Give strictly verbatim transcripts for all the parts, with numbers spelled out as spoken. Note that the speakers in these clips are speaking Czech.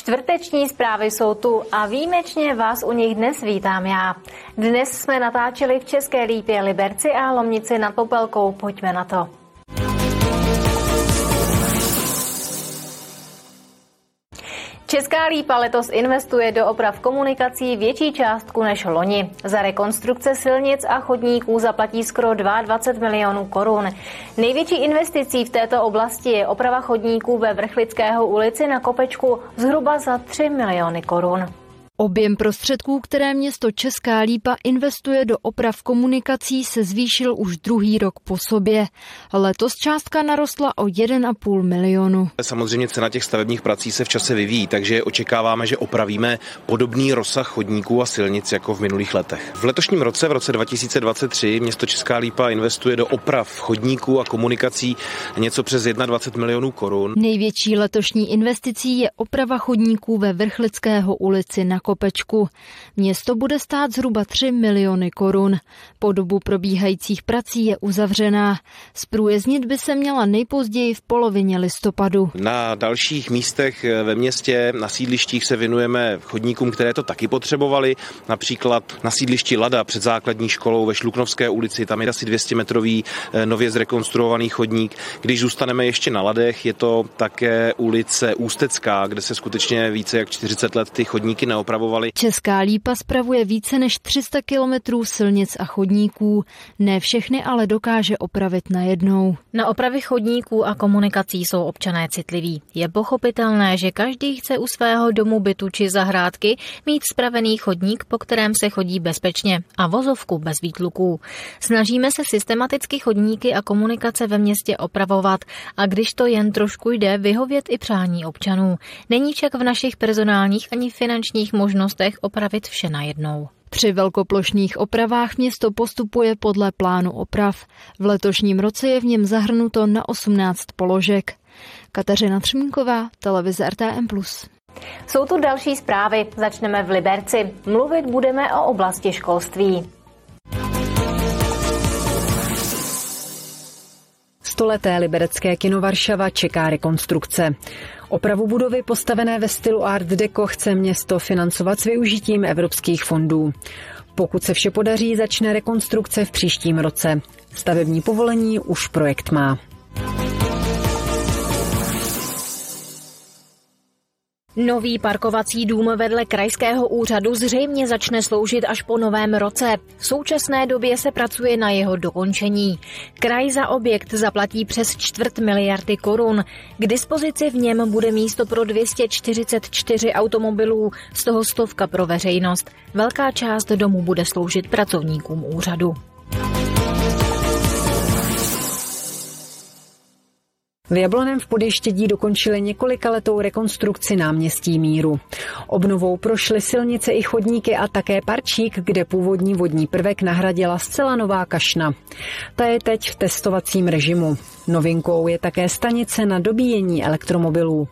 Čtvrteční zprávy jsou tu a výjimečně vás u nich dnes vítám já. Dnes jsme natáčeli v České Lípě, Liberci a Lomnici nad Popelkou. Pojďme na to. Česká Lípa letos investuje do oprav komunikací větší částku než loni. Za rekonstrukce silnic a chodníků zaplatí skoro dvacet dva milionů korun. Největší investicí v této oblasti je oprava chodníků ve Vrchlického ulici na Kopečku zhruba za tři miliony korun. Objem prostředků, které město Česká Lípa investuje do oprav komunikací, se zvýšil už druhý rok po sobě. Letos částka narostla o jeden a půl milionu. Samozřejmě cena těch stavebních prací se v čase vyvíjí, takže očekáváme, že opravíme podobný rozsah chodníků a silnic jako v minulých letech. V letošním roce, v roce dva tisíce dvacet tři, město Česká Lípa investuje do oprav chodníků a komunikací něco přes dvacet jedna milionů korun. Největší letošní investicí je oprava chodníků ve Vrchlického ulici na Kopečku. Město bude stát zhruba tři miliony korun. Po dobu probíhajících prací je uzavřená. Zprůjezdnit by se měla nejpozději v polovině listopadu. Na dalších místech ve městě, na sídlištích se věnujeme chodníkům, které to taky potřebovali. Například na sídlišti Lada před základní školou ve Šluknovské ulici, tam je asi dvě stě metrový nově zrekonstruovaný chodník. Když zůstaneme ještě na Ladech, je to také ulice Ústecká, kde se skutečně více jak čtyřicet let ty chodníky neopravovali. Česká Lípa spravuje více než tři sta kilometrů silnic a chodníků. Ne všechny ale dokáže opravit najednou. Na opravy chodníků a komunikací jsou občané citliví. Je pochopitelné, že každý chce u svého domu, bytu či zahrádky mít spravený chodník, po kterém se chodí bezpečně, a vozovku bez výtluků. Snažíme se systematicky chodníky a komunikace ve městě opravovat a když to jen trošku jde, vyhovět i přání občanů. Není však v našich personálních ani finančních možnostech opravit vše najednou. Při velkoplošných opravách město postupuje podle plánu oprav. V letošním roce je v něm zahrnuto na osmnáct položek. Kateřina Třmínková, televize R T M plus. Jsou tu další zprávy. Začneme v Liberci. Mluvit budeme o oblasti školství. Stoleté liberecké kino Varšava čeká rekonstrukce. Opravu budovy postavené ve stylu Art Deco chce město financovat s využitím evropských fondů. Pokud se vše podaří, začne rekonstrukce v příštím roce. Stavební povolení už projekt má. Nový parkovací dům vedle krajského úřadu zřejmě začne sloužit až po novém roce. V současné době se pracuje na jeho dokončení. Kraj za objekt zaplatí přes čtvrt miliardy korun. K dispozici v něm bude místo pro dvě stě čtyřicet čtyři automobilů, z toho stovka pro veřejnost. Velká část domu bude sloužit pracovníkům úřadu. V Jablonném v Podještědí dokončili několikaletou rekonstrukci náměstí Míru. Obnovou prošly silnice i chodníky a také parčík, kde původní vodní prvek nahradila zcela nová kašna. Ta je teď v testovacím režimu. Novinkou je také stanice na dobíjení elektromobilů.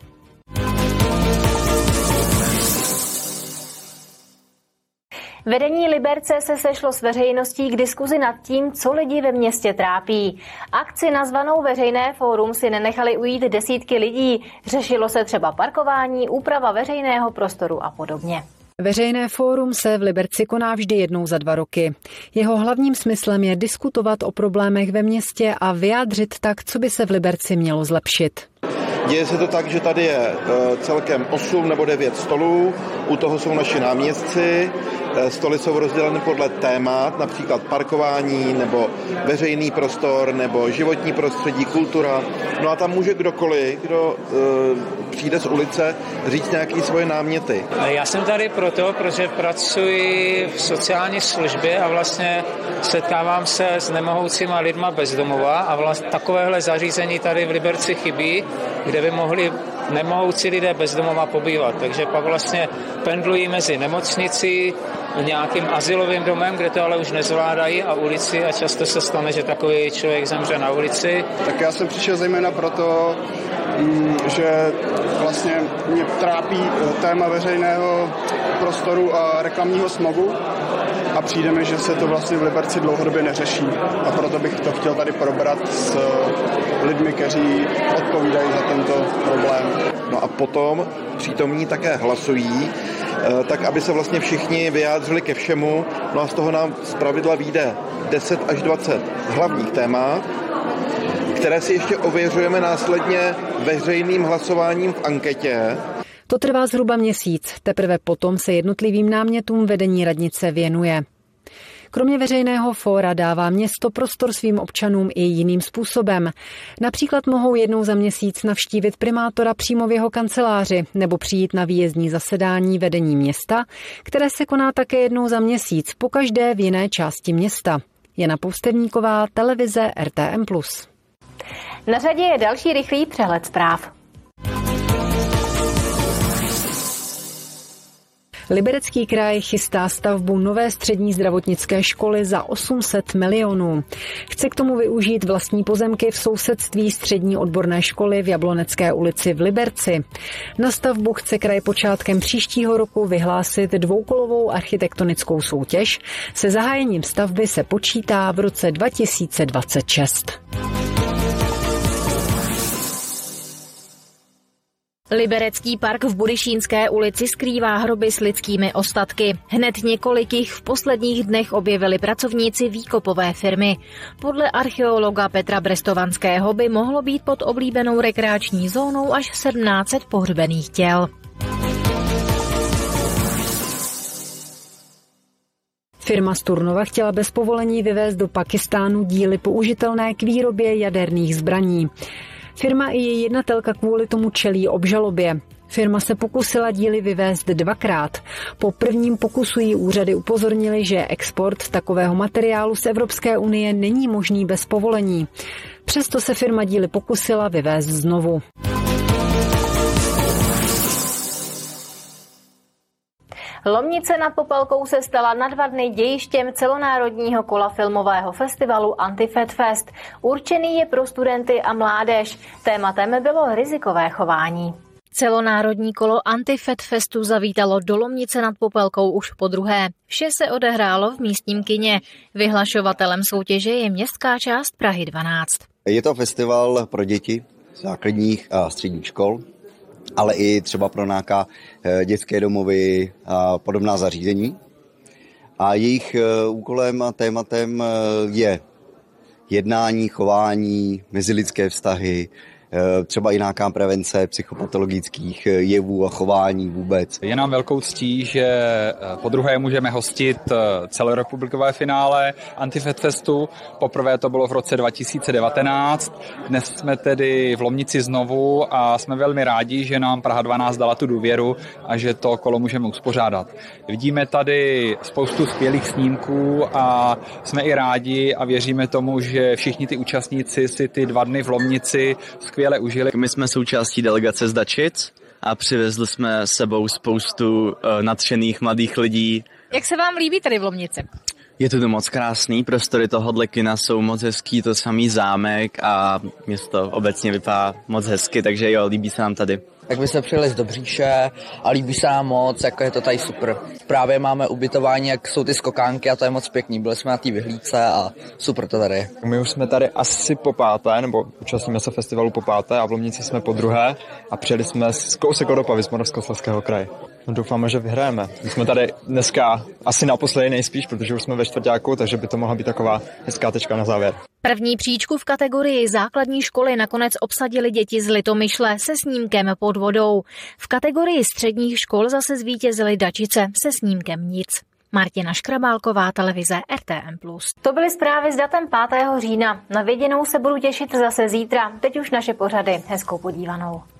Vedení Liberce se sešlo s veřejností k diskuzi nad tím, co lidi ve městě trápí. Akci nazvanou Veřejné fórum si nenechali ujít desítky lidí. Řešilo se třeba parkování, úprava veřejného prostoru a podobně. Veřejné fórum se v Liberci koná vždy jednou za dva roky. Jeho hlavním smyslem je diskutovat o problémech ve městě a vyjádřit tak, co by se v Liberci mělo zlepšit. Děje se to tak, že tady je celkem osm nebo devět stolů, u toho jsou naši náměstci, stoly jsou rozděleny podle témat, například parkování nebo veřejný prostor nebo životní prostředí, kultura. No a tam může kdokoliv, kdo e, přijde z ulice, říct nějaké svoje náměty. Já jsem tady proto, protože pracuji v sociální službě a vlastně setkávám se s nemohoucíma lidma bezdomova a vlastně takovéhle zařízení tady v Liberci chybí, kde by mohli nemohoucí lidé bezdomova pobývat. Takže pak vlastně pendlují mezi nemocnicí, nějakým azylovým domem, kde to ale už nezvládají, a ulici, a často se stane, že takový člověk zemře na ulici. Tak já jsem přišel zejména proto, že vlastně mě trápí téma veřejného prostoru a reklamního smogu a přijde mi, že se to vlastně v Liberci dlouhodobě neřeší. A proto bych to chtěl tady probrat s lidmi, kteří odpovídají za ten tento problém. No a potom přítomní také hlasují, tak aby se vlastně všichni vyjádřili ke všemu. No a z toho nám zpravidla vyjde deset až dvacet hlavních témat, které si ještě ověřujeme následně veřejným hlasováním v anketě. To trvá zhruba měsíc, teprve potom se jednotlivým námětům vedení radnice věnuje. Kromě veřejného fóra dává město prostor svým občanům i jiným způsobem. Například mohou jednou za měsíc navštívit primátora přímo v jeho kanceláři nebo přijít na výjezdní zasedání vedení města, které se koná také jednou za měsíc, pokaždé v jiné části města. Jana Poustevníková, televize R T M plus. Na řadě je další rychlý přehled zpráv. Liberecký kraj chystá stavbu nové střední zdravotnické školy za osm set milionů. Chce k tomu využít vlastní pozemky v sousedství střední odborné školy v Jablonecké ulici v Liberci. Na stavbu chce kraj počátkem příštího roku vyhlásit dvoukolovou architektonickou soutěž. Se zahájením stavby se počítá v roce dva tisíce dvacet šest. Liberecký park v Budyšínské ulici skrývá hroby s lidskými ostatky. Hned několik jich v posledních dnech objevili pracovníci výkopové firmy. Podle archeologa Petra Brestovanského by mohlo být pod oblíbenou rekreační zónou až sedmnáct set pohřbených těl. Firma z Turnova chtěla bez povolení vyvézt do Pakistánu díly použitelné k výrobě jaderných zbraní. Firma i její jednatelka kvůli tomu čelí obžalobě. Firma se pokusila díly vyvézt dvakrát. Po prvním pokusu jí úřady upozornili, že export takového materiálu z Evropské unie není možný bez povolení. Přesto se firma díly pokusila vyvézt znovu. Lomnice nad Popelkou se stala na dva dny dějištěm celonárodního kola filmového festivalu Antifat Fest. Určený je pro studenty a mládež. Tématem bylo rizikové chování. Celonárodní kolo Antifat Festu zavítalo do Lomnice nad Popelkou už po druhé. Vše se odehrálo v místním kině. Vyhlašovatelem soutěže je městská část Prahy dvanáct. Je to festival pro děti základních a středních škol, ale i třeba pro nějaká dětské domovy a podobná zařízení. A jejich úkolem a tématem je jednání, chování, mezilidské vztahy, třeba i nějaká prevence psychopatologických jevů a chování vůbec. Je nám velkou ctí, že podruhé můžeme hostit celorepublikové finále Antifat Festu. Poprvé to bylo v roce dva tisíce devatenáct. Dnes jsme tedy v Lomnici znovu a jsme velmi rádi, že nám Praha dvanáct dala tu důvěru a že to kolo můžeme uspořádat. Vidíme tady spoustu skvělých snímků a jsme i rádi a věříme tomu, že všichni ty účastníci si ty dva dny v Lomnici skvěle užili. My jsme součástí delegace z Dačic a přivezli jsme s sebou spoustu uh, nadšených mladých lidí. Jak se vám líbí tady v Lomnici? Je to moc krásný, prostory tohohle kina jsou moc hezký, to samý zámek a město obecně vypadá moc hezky, takže jo, líbí se nám tady. Tak my jsme přijeli z Dobříše a líbí se nám moc, jako je to tady super. Právě máme ubytování, jak jsou ty skokánky a to je moc pěkný. Byli jsme na té vyhlídce a super to tady. My už jsme tady asi po páté, nebo účastníme se festivalu po páté a v Lomnici jsme po druhé a přijeli jsme z kousek od Opavy z Moravskoslezského kraje. No, doufáme, že vyhrajeme. My jsme tady dneska asi naposledy nejspíš, protože už jsme ve čtvrťáku, takže by to mohla být taková hezká tečka na závěr. První příčku v kategorii základní školy nakonec obsadili děti z Litomyšle se snímkem pod vodou. V kategorii středních škol zase zvítězily Dačice se snímkem nic. Martina Škrabálková, televize R T M plus. To byly zprávy s datem pátého října. Na viděnou se budu těšit zase zítra. Teď už naše pořady. Hezkou podívanou.